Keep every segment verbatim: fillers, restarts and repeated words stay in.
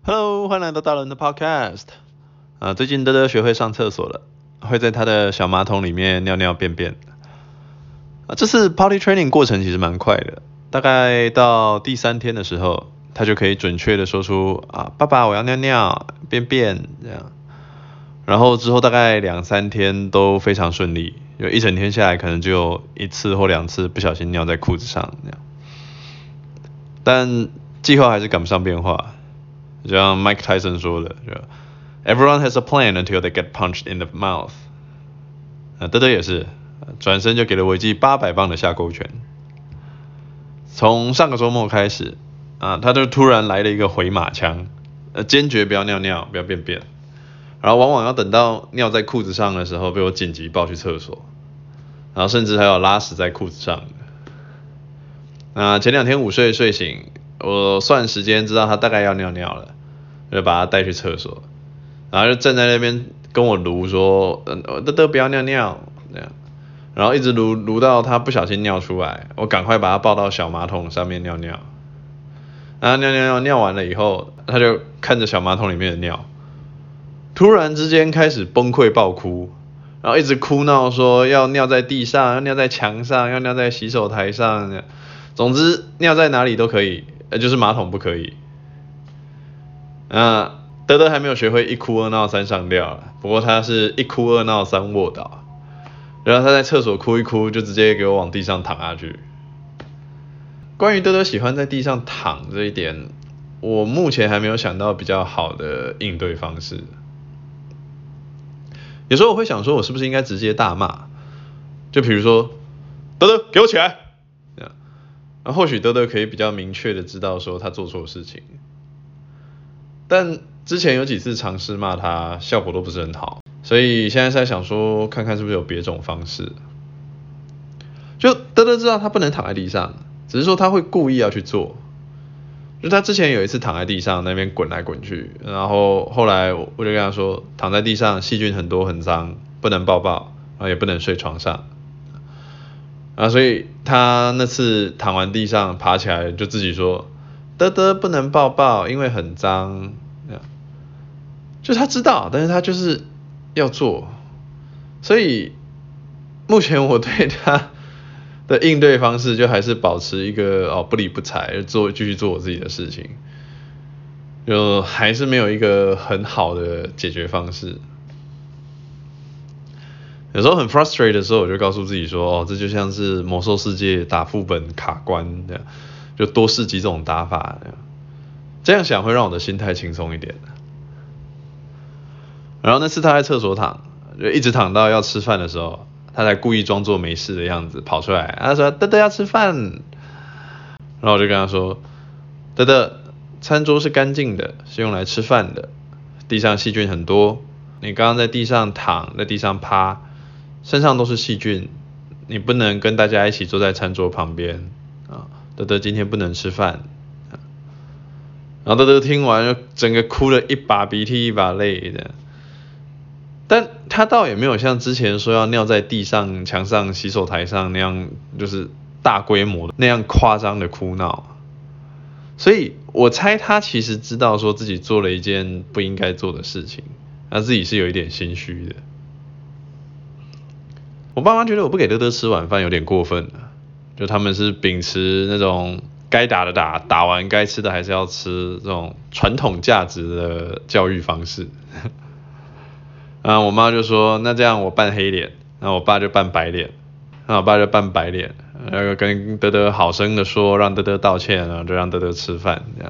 Hello，欢迎来到大人的 Podcast。啊，最近德德学会上厕所了，会在他的小马桶里面尿尿便便。啊，这次 Potty Training 过程其实蛮快的，大概到第三天的时候，他就可以准确的说出啊，爸爸我要尿尿，便便这样。然后之后大概两三天都非常顺利，有一整天下来可能只有一次或两次不小心尿在裤子上这样。但计划还是赶不上变化。就像 Mike Tyson 说的 ，Everyone has a plan until they get punched in the mouth。啊，德德也是，转身就给了我一记八百磅的下勾拳。从上个周末开始，啊，他就突然来了一个回马枪，呃，坚决不要尿尿，不要便便，然后往往要等到尿在裤子上的时候，被我紧急抱去厕所，然后甚至还有拉屎在裤子上。那前两天午睡睡醒，我算时间知道他大概要尿尿了。就把他带去厕所，然后就站在那边跟我撸说，嗯，德德不要尿尿，这样，然后一直撸撸到他不小心尿出来，我赶快把他抱到小马桶上面尿尿，然后尿尿尿尿完了以后，他就看着小马桶里面的尿，突然之间开始崩溃爆哭，然后一直哭闹说要尿在地上，要尿在墙上，要尿在洗手台上，总之尿在哪里都可以，呃，就是马桶不可以。那德德还没有学会一哭二闹三上吊，不过他是一哭二闹三卧倒，然后他在厕所哭一哭就直接给我往地上躺下去。关于德德喜欢在地上躺这一点，我目前还没有想到比较好的应对方式。有时候我会想说，我是不是应该直接大骂？就比如说，德德给我起来！那或许德德可以比较明确的知道说他做错事情。但之前有几次尝试骂他，效果都不是很好，所以现在是在想说，看看是不是有别种方式。就德德知道他不能躺在地上，只是说他会故意要去做。就他之前有一次躺在地上那边滚来滚去，然后后来我就跟他说，躺在地上细菌很多很脏，不能抱抱，然后也不能睡床上。啊，所以他那次躺完地上爬起来就自己说，德德不能抱抱，因为很脏。就他知道，但是他就是要做。所以目前我对他的应对方式就还是保持一个哦不理不睬，做继续做我自己的事情，就还是没有一个很好的解决方式。有时候很 frustrated 的时候，我就告诉自己说，哦，这就像是魔兽世界打副本卡关这样，就多试几种打法这样，这样想会让我的心态轻松一点。然后那次他在厕所躺，就一直躺到要吃饭的时候，他才故意装作没事的样子跑出来，他说德德要吃饭，然后我就跟他说，德德，餐桌是干净的，是用来吃饭的，地上细菌很多，你刚刚在地上躺，在地上趴，身上都是细菌，你不能跟大家一起坐在餐桌旁边啊，德德今天不能吃饭。然后德德听完就整个哭了一把鼻涕一把泪的。但他倒也没有像之前说要尿在地上、墙上、洗手台上那样，就是大规模的那样夸张的哭闹。所以我猜他其实知道说自己做了一件不应该做的事情，他自己是有一点心虚的。我爸妈觉得我不给德德吃晚饭有点过分了，就他们是秉持那种该打的打，打完该吃的还是要吃这种传统价值的教育方式。啊，我妈就说，那这样我扮黑脸，然后我爸就扮白脸，然后我爸就扮白脸，然后跟德德好声的说，让德德道歉，然后就让德德吃饭，这样。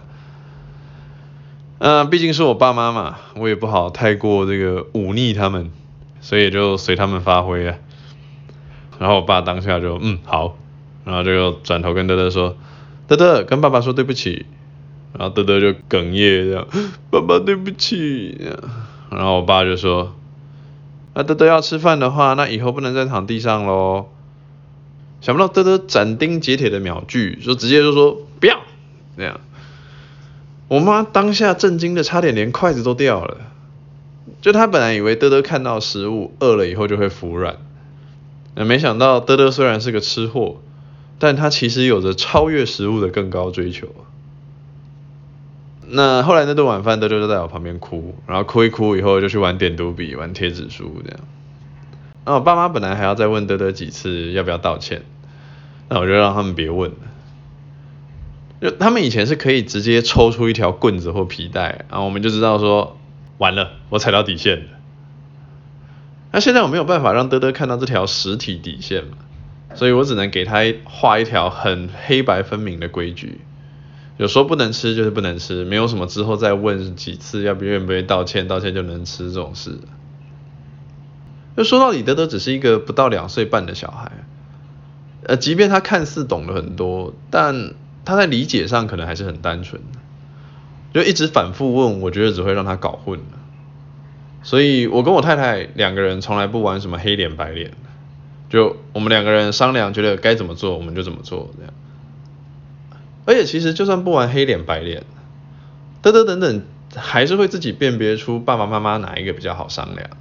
嗯，毕竟是我爸妈嘛，我也不好太过这个忤逆他们，所以就随他们发挥啊。然后我爸当下就嗯好，然后就转头跟德德说，德德跟爸爸说对不起，然后德德就哽咽这样，爸爸对不起，然后我爸就说。那德德要吃饭的话，那以后不能再躺地上咯。想不到德德斩钉截铁的秒拒，说直接就说不要，这样。我妈当下震惊的差点连筷子都掉了。就她本来以为德德看到食物饿了以后就会服软，没想到德德虽然是个吃货，但他其实有着超越食物的更高追求。 那后来那顿晚饭，德德就在我旁边哭，然后哭一哭以后就去玩点读笔、玩贴纸书这样。那我爸妈本来还要再问德德几次要不要道歉，那我就让他们别问了。就他们以前是可以直接抽出一条棍子或皮带，然后我们就知道说完了，我踩到底线了。那现在我没有办法让德德看到这条实体底线嘛，所以我只能给他画一条很黑白分明的规矩。有说不能吃就是不能吃，没有什么之后再问几次要不愿不愿意道歉，道歉就能吃这种事。就说到底，德德只是一个不到两岁半的小孩，呃，即便他看似懂了很多，但他在理解上可能还是很单纯，就一直反复问，我觉得只会让他搞混了。所以我跟我太太两个人从来不玩什么黑脸白脸，就我们两个人商量，觉得该怎么做我们就怎么做这样。而且其实就算不玩黑脸白脸，德德等等还是会自己辨别出爸爸妈妈哪一个比较好商量。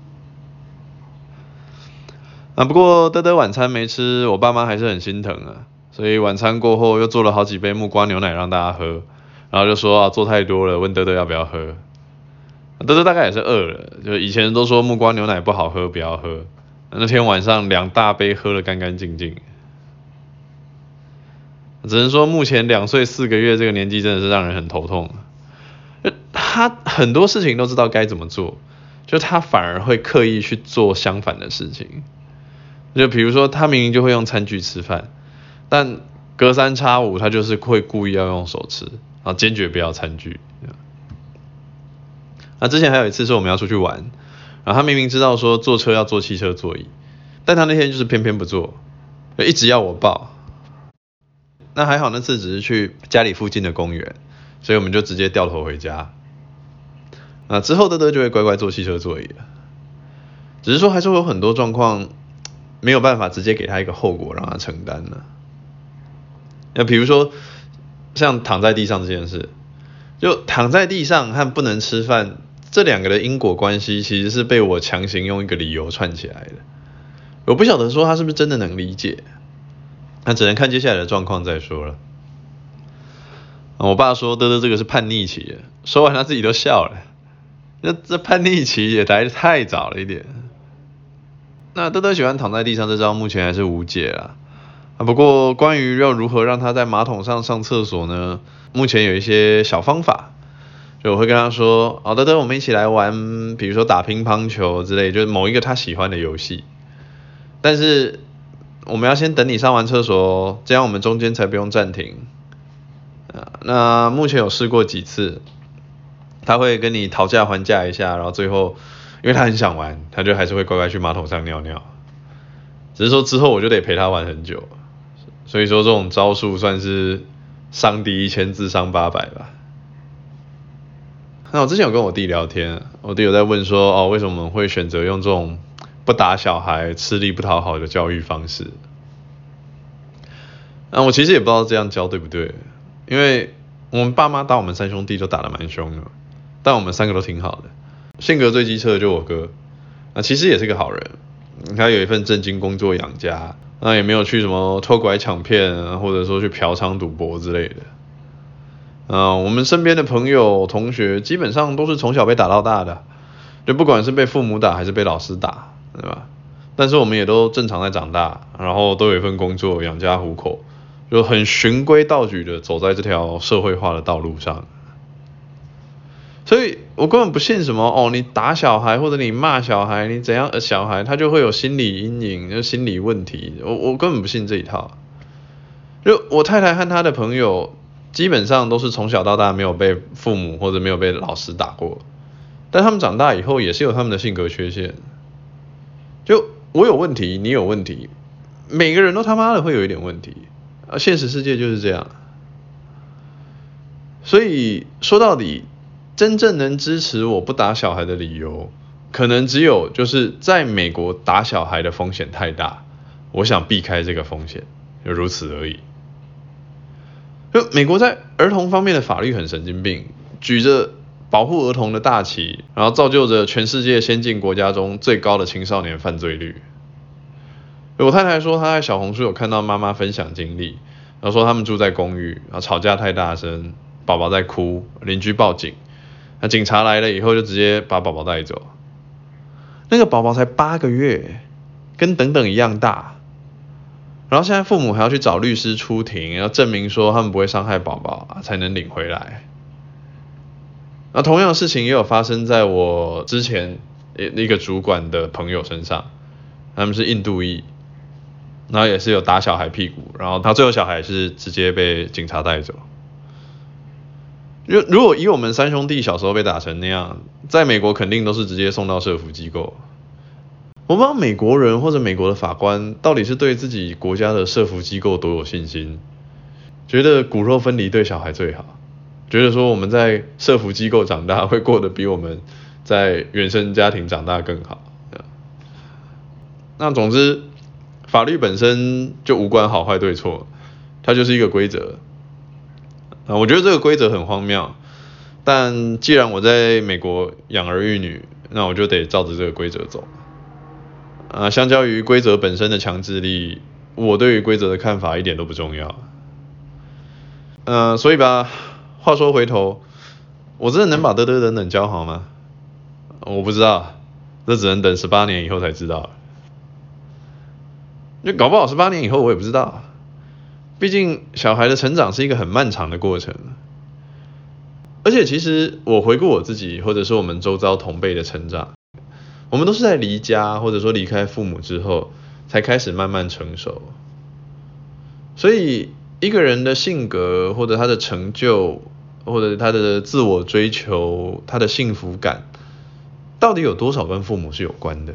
啊，不过德德晚餐没吃，我爸妈还是很心疼啊，所以晚餐过后又做了好几杯木瓜牛奶让大家喝，然后就说啊做太多了，问德德要不要喝。德德大概也是饿了，就以前都说木瓜牛奶不好喝，不要喝，那天晚上两大杯喝了干干净净。只能说目前两岁四个月这个年纪真的是让人很头痛。他很多事情都知道该怎么做，就他反而会刻意去做相反的事情。就比如说他明明就会用餐具吃饭，但隔三差五他就是会故意要用手吃，然后坚决不要餐具。那之前还有一次是我们要出去玩，然后他明明知道说坐车要坐汽车座椅，但他那天就是偏偏不坐，就一直要我抱。那还好那次只是去家里附近的公园，所以我们就直接掉头回家。那之后德德就会乖乖坐汽车座椅了，只是说还是会有很多状况没有办法直接给他一个后果让他承担了。那比如说像躺在地上这件事，就躺在地上和不能吃饭这两个的因果关系其实是被我强行用一个理由串起来的。我不晓得说他是不是真的能理解，那只能看接下来的状况再说了。我爸说德德这个是叛逆期，说完他自己都笑了。那这叛逆期也来得太早了一点。那德德喜欢躺在地上这招目前还是无解啦。啊，不过关于要如何让他在马桶上上厕所呢，目前有一些小方法。就我会跟他说，好，德德我们一起来玩，比如说打乒乓球之类，就是某一个他喜欢的游戏。但是我们要先等你上完厕所，这样我们中间才不用暂停。啊，那目前有试过几次，他会跟你讨价还价一下，然后最后因为他很想玩，他就还是会乖乖去马桶上尿尿。只是说之后我就得陪他玩很久，所以说这种招数算是伤敌一千自伤八百吧。那我之前有跟我弟聊天，我弟有在问说，哦，为什么我们会选择用这种不打小孩、吃力不讨好的教育方式？那我其实也不知道这样教对不对，因为我们爸妈打我们三兄弟都打得蛮凶的，但我们三个都挺好的。性格最机车的就我哥，那其实也是个好人，他有一份正经工作养家，那也没有去什么偷拐抢骗，或者说去嫖娼赌博之类的。呃，我们身边的朋友、同学基本上都是从小被打到大的，就不管是被父母打还是被老师打，对吧？但是我们也都正常在长大，然后都有一份工作养家糊口，就很循规蹈矩的走在这条社会化的道路上。所以我根本不信什么哦，你打小孩或者你骂小孩，你怎样呃小孩他就会有心理阴影、就心理问题，我我根本不信这一套。就我太太和她的朋友基本上都是从小到大没有被父母或者没有被老师打过，但他们长大以后也是有他们的性格缺陷。就我有问题，你有问题，每个人都他妈的会有一点问题，啊，现实世界就是这样。所以说到底，真正能支持我不打小孩的理由，可能只有就是在美国打小孩的风险太大，我想避开这个风险，就如此而已。就美国在儿童方面的法律很神经病，举着保护儿童的大旗，然后造就着全世界先进国家中最高的青少年犯罪率。我太太说她在小红书有看到妈妈分享经历，然后说他们住在公寓，然后吵架太大声， 宝宝在哭，邻居报警，那警察来了以后就直接把宝宝带走。那个宝宝才八个月，跟等等一样大，然后现在父母还要去找律师出庭，要证明说他们不会伤害宝宝才能领回来。那同样的事情也有发生在我之前一个主管的朋友身上，他们是印度裔，然后也是有打小孩屁股，然后他最后小孩是直接被警察带走。如如果以我们三兄弟小时候被打成那样，在美国肯定都是直接送到社福机构。我不知道美国人或者美国的法官到底是对自己国家的社福机构多有信心，觉得骨肉分离对小孩最好，觉得说我们在社福机构长大会过得比我们在原生家庭长大更好。那总之，法律本身就无关好坏对错，它就是一个规则。啊，我觉得这个规则很荒谬，但既然我在美国养儿育女，那我就得照着这个规则走。啊，相较于规则本身的强制力，我对于规则的看法一点都不重要。呃，所以吧，话说回头，我真的能把嘚嘚等等教好吗？我不知道，这只能等十八年以后才知道了。就搞不好十八年以后我也不知道。毕竟小孩的成长是一个很漫长的过程，而且其实我回顾我自己，或者是我们周遭同辈的成长，我们都是在离家或者说离开父母之后，才开始慢慢成熟。所以一个人的性格，或者他的成就，或者他的自我追求，他的幸福感，到底有多少跟父母是有关的？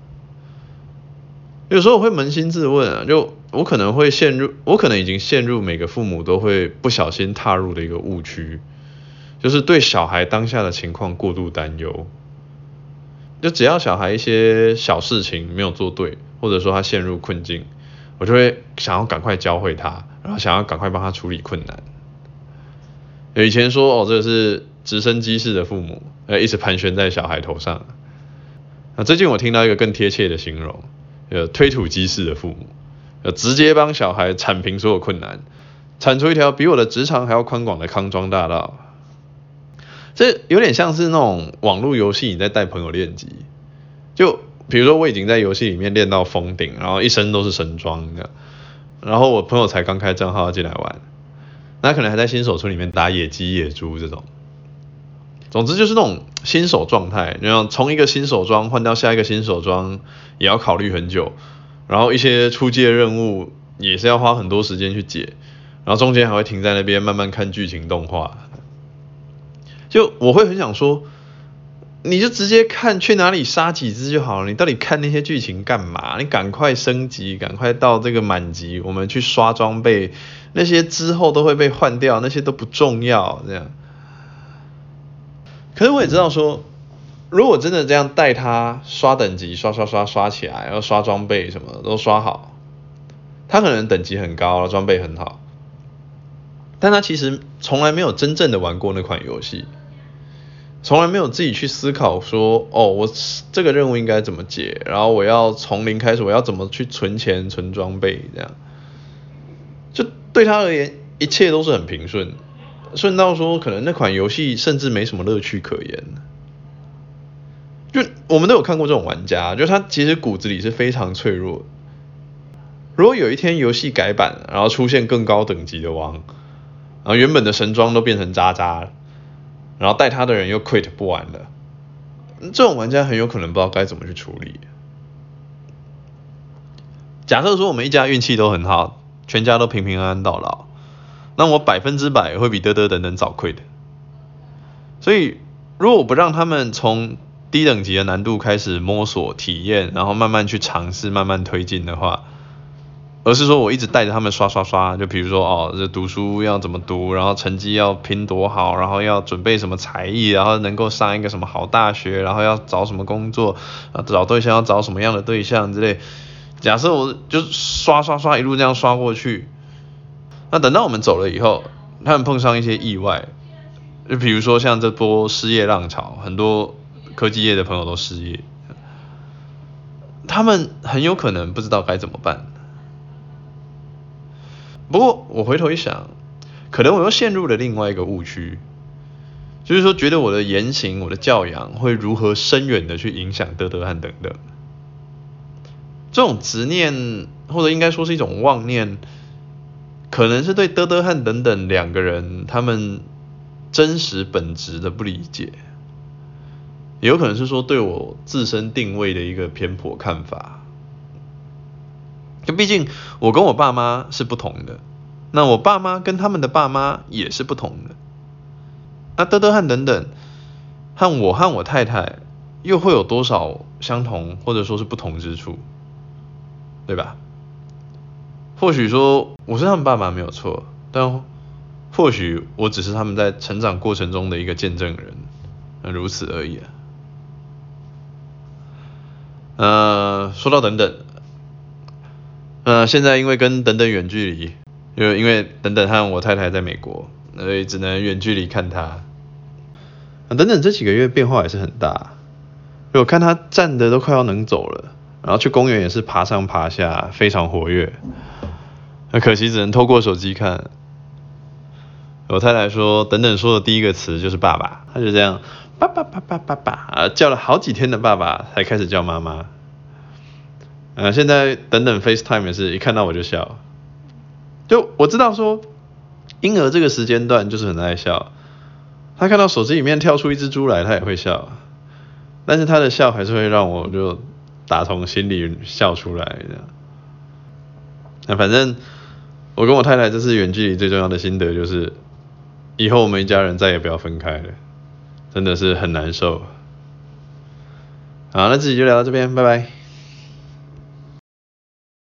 有时候我会扪心自问啊，就我可能会陷入，我可能已经陷入每个父母都会不小心踏入的一个误区，就是对小孩当下的情况过度担忧。就只要小孩一些小事情没有做对，或者说他陷入困境，我就会想要赶快教会他，然后想要赶快帮他处理困难。有以前说哦，这个是直升机式的父母，呃，一直盘旋在小孩头上。那最近我听到一个更贴切的形容，呃，推土机式的父母，呃，直接帮小孩铲平所有困难，铲出一条比我的职场还要宽广的康庄大道。这有点像是那种网络游戏你在带朋友练级，就比如说我已经在游戏里面练到封顶，然后一身都是神装的，然后我朋友才刚开账号进来玩，那可能还在新手村里面打野鸡野猪这种。总之就是那种新手状态，然后从一个新手装换到下一个新手装也要考虑很久，然后一些出街任务也是要花很多时间去解，然后中间还会停在那边慢慢看剧情动画。就我会很想说，你就直接看去哪里杀几只就好了，你到底看那些剧情干嘛？你赶快升级，赶快到这个满级，我们去刷装备，那些之后都会被换掉，那些都不重要，这样。可是我也知道说，如果真的这样带他刷等级，刷刷刷刷起来，然后刷装备什么都刷好，他可能等级很高，装备很好，但他其实从来没有真正的玩过那款游戏。从来没有自己去思考说，哦，我这个任务应该怎么解，然后我要从零开始，我要怎么去存钱、存装备，这样，就对他而言，一切都是很平顺，顺到说，可能那款游戏甚至没什么乐趣可言。就我们都有看过这种玩家，就他其实骨子里是非常脆弱的。如果有一天游戏改版，然后出现更高等级的王，然后原本的神装都变成渣渣了，然后带他的人又 quit 不玩了，这种玩家很有可能不知道该怎么去处理。假设说我们一家运气都很好，全家都平平安安到老，那我百分之百会比嘚嘚等等早 quit。所以如果我不让他们从低等级的难度开始摸索体验，然后慢慢去尝试，慢慢推进的话，而是说我一直带着他们刷刷刷，就比如说哦，这读书要怎么读，然后成绩要拼多好，然后要准备什么才艺，然后能够上一个什么好大学，然后要找什么工作，啊，找对象要找什么样的对象之类。假设我就刷刷刷一路这样刷过去，那等到我们走了以后，他们碰上一些意外，就比如说像这波失业浪潮，很多科技业的朋友都失业，他们很有可能不知道该怎么办。不过我回头一想， 可能我又陷入了另外一个误区，就是说觉得我的言行、我的教养会如何深远的去影响德德和等等。这种执念，或者应该说是一种妄念，可能是对德德和等等两个人他们真实本质的不理解，也有可能是说对我自身定位的一个偏颇看法。就毕竟我跟我爸妈是不同的，那我爸妈跟他们的爸妈也是不同的。那德德和等等和我和我太太又会有多少相同或者说是不同之处，对吧？或许说我是他们爸妈没有错，但或许我只是他们在成长过程中的一个见证人，如此而已啊。呃，说到等等，呃，现在因为跟等等远距离，就因为等等和我太太在美国，所以只能远距离看她。啊、等等这几个月变化也是很大，我看她站的都快要能走了，然后去公园也是爬上爬下，非常活跃。那可惜只能透过手机看。我太太说，等等说的第一个词就是爸爸，她就这样爸爸爸爸爸爸啊，叫了好几天的爸爸才开始叫妈妈。呃，现在等等 FaceTime 也是一看到我就笑，就我知道说婴儿这个时间段就是很爱笑，他看到手机里面跳出一只猪来，他也会笑，但是他的笑还是会让我就打从心里笑出来这样。那反正我跟我太太这次远距离最重要的心得就是，以后我们一家人再也不要分开了，真的是很难受。好，那这集就聊到这边，拜拜。